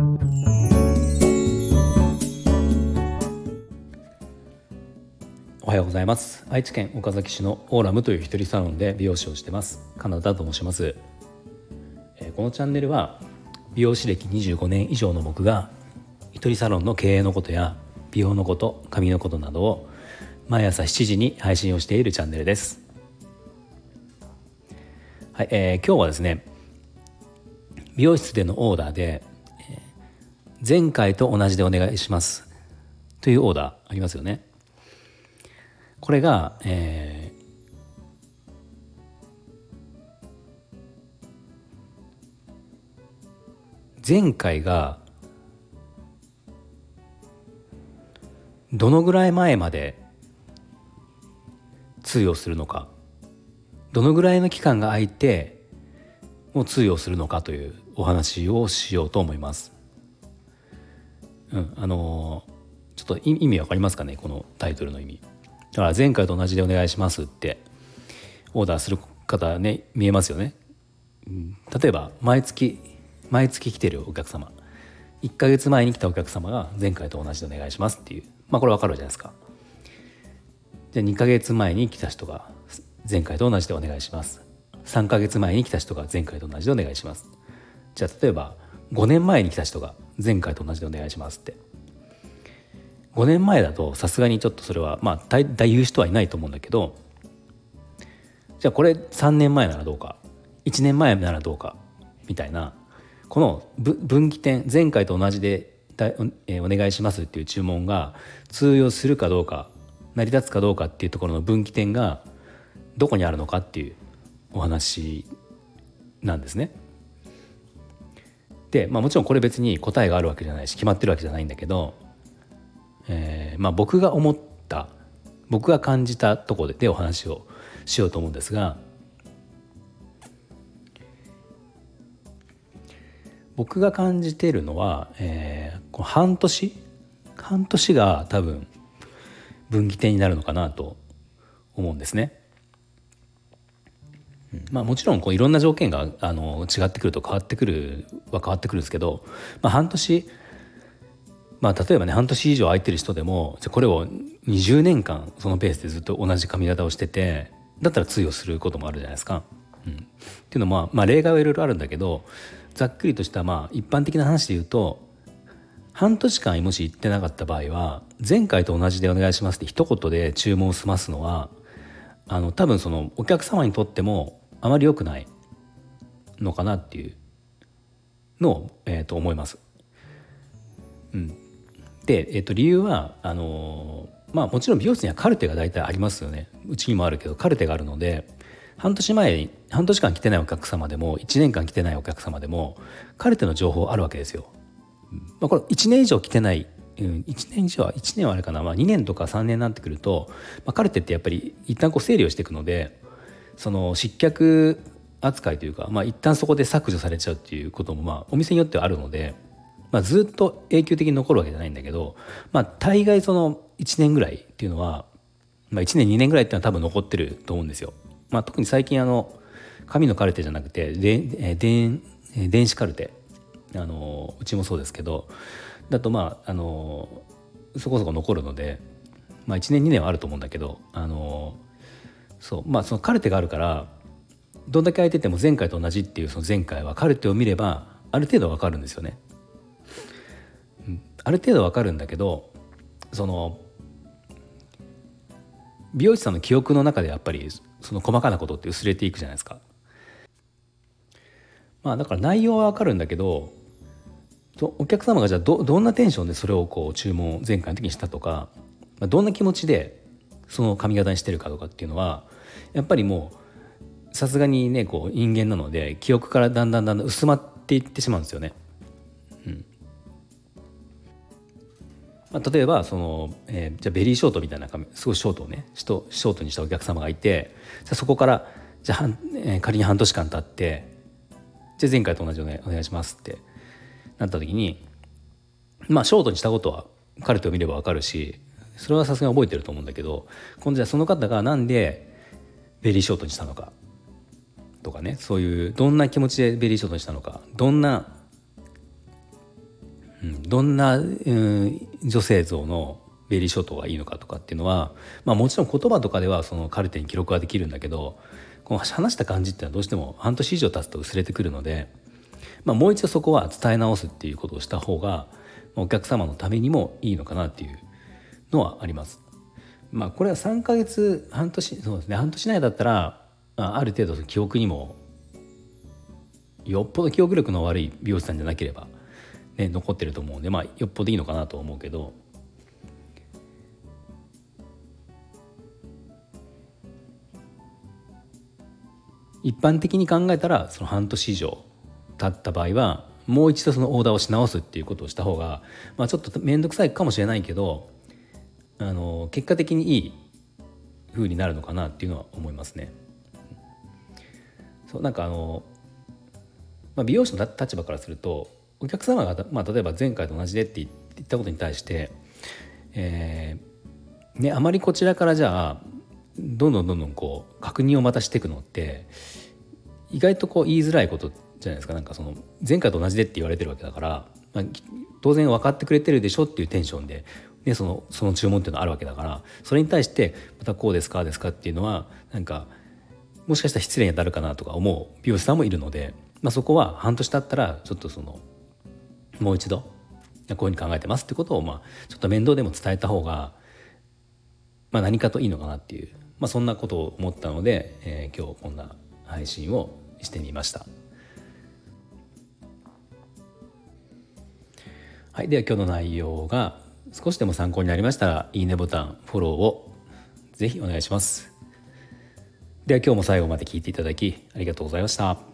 おはようございます。愛知県岡崎市のオーラムという一人サロンで美容師をしてますカナダと申します。このチャンネルは美容師歴25年以上の僕が一人サロンの経営のことや美容のこと、髪のことなどを毎朝7時に配信をしているチャンネルです。はい、今日はですね、美容室でのオーダーで、前回と同じでお願いしますというオーダーありますよね。これが、前回がどのぐらい前まで通用するのか、どのぐらいの期間が空いてもう通用するのかというお話をしようと思います。ちょっと意味わかりますかね、このタイトルの意味。だから前回と同じでお願いしますってオーダーする方ね、見えますよね。例えば毎月来てるお客様、1ヶ月前に来たお客様が前回と同じでお願いしますっていう、これわかるじゃないですか。じゃあ2ヶ月前に来た人が前回と同じでお願いします。3ヶ月前に来た人が前回と同じでお願いします。じゃあ例えば5年前に来た人が前回と同じでお願いしますって。5年前だとさすがにちょっとそれは大言う人はいないと思うんだけど、じゃあこれ3年前ならどうか、1年前ならどうかみたいな、この分岐点、前回と同じでお願いしますっていう注文が通用するかどうか、成り立つかどうかっていうところの分岐点がどこにあるのかっていうお話なんですね。で、もちろんこれ別に答えがあるわけじゃないし決まってるわけじゃないんだけど、僕が思った、僕が感じたところでお話をしようと思うんですが、僕が感じているのは、この半年が多分分岐点になるのかなと思うんですね。もちろんいろんな条件が違ってくると変わってくるんですけど、半年、例えばね、半年以上空いてる人でも、じゃこれを20年間そのペースでずっと同じ髪型をしてて、だったら通用することもあるじゃないですか。っていうのは例外はいろいろあるんだけど、ざっくりとした一般的な話で言うと、半年間もし行ってなかった場合は前回と同じでお願いしますって一言で注文を済ますのは多分そのお客様にとってもあまり良くないのかなっていうのを、思います。で、理由はもちろん美容室にはカルテが大体ありますよね。うちにもあるけどカルテがあるので、半年間来てないお客様でも1年間来てないお客様でもカルテの情報あるわけですよ。これ1年以上来てない、1年はあれかな、2年とか3年になってくると、カルテってやっぱり一旦整理をしていくので、その失脚扱いというか、一旦そこで削除されちゃうっていうこともお店によってはあるので、ずっと永久的に残るわけじゃないんだけど、大概その1年ぐらいっていうのは、1年2年ぐらいっていうのは多分残ってると思うんですよ。特に最近紙のカルテじゃなくて電子カルテ、うちもそうですけどだとそこそこ残るので、1年2年はあると思うんだけど、そのカルテがあるからどんだけ空いてても前回と同じっていう、その前回はカルテを見ればある程度わかるんですよね。ある程度わかるんだけど、その美容師さんの記憶の中でやっぱりその細かなことって薄れていくじゃないですか。だから内容はわかるんだけど、お客様がじゃあどんなテンションでそれを注文を前回の時にしたとか、どんな気持ちでその髪型にしてるかとかっていうのはやっぱりもうさすがにね、人間なので記憶からだんだん薄まっていってしまうんですよね。例えばじゃあベリーショートみたいな髪、すごいショートをねショートにしたお客様がいて、じゃあそこからじゃあ、仮に半年間経って、じゃあ前回と同じでお願いしますってなった時に、ショートにしたことはカルテを見れば分かるし、それはさすがに覚えてると思うんだけど、今度じゃあその方がなんでベリーショートにしたのかとかね、そういうどんな気持ちでベリーショートにしたのか、どんなどんな、女性像のベリーショートがいいのかとかっていうのは、もちろん言葉とかではそのカルテに記録はできるんだけど、この話した感じっていうのはどうしても半年以上経つと薄れてくるので、もう一度そこは伝え直すっていうことをした方がお客様のためにもいいのかなっていうのはあります。これは3ヶ月半年、そうですね、半年内だったらある程度記憶にもよっぽど記憶力の悪い美容師さんじゃなければ、ね、残ってると思うんで、よっぽどいいのかなと思うけど、一般的に考えたらその半年以上経った場合はもう一度そのオーダーをし直すっていうことをした方が、ちょっと面倒くさいかもしれないけど、結果的にいい風になるのかなっていうのは思いますね。そうなんか美容師の立場からするとお客様が、例えば前回と同じでって言ったことに対して、あまりこちらからじゃあどんどんこう確認をまたしていくのって意外とこう言いづらいことじゃないですか。なんかその前回と同じでって言われてるわけだから、当然分かってくれてるでしょっていうテンションで、その注文っていうのはあるわけだから、それに対してまたこうですかっていうのはなんかもしかしたら失礼に当たるかなとか思う美容師さんもいるので、そこは半年経ったらちょっともう一度こういうふうに考えてますってことをちょっと面倒でも伝えた方が何かといいのかなっていう、そんなことを思ったので、今日こんな配信をしてみました。はい、では今日の内容が少しでも参考になりましたらいいねボタンフォローをぜひお願いします。では今日も最後まで聞いていただきありがとうございました。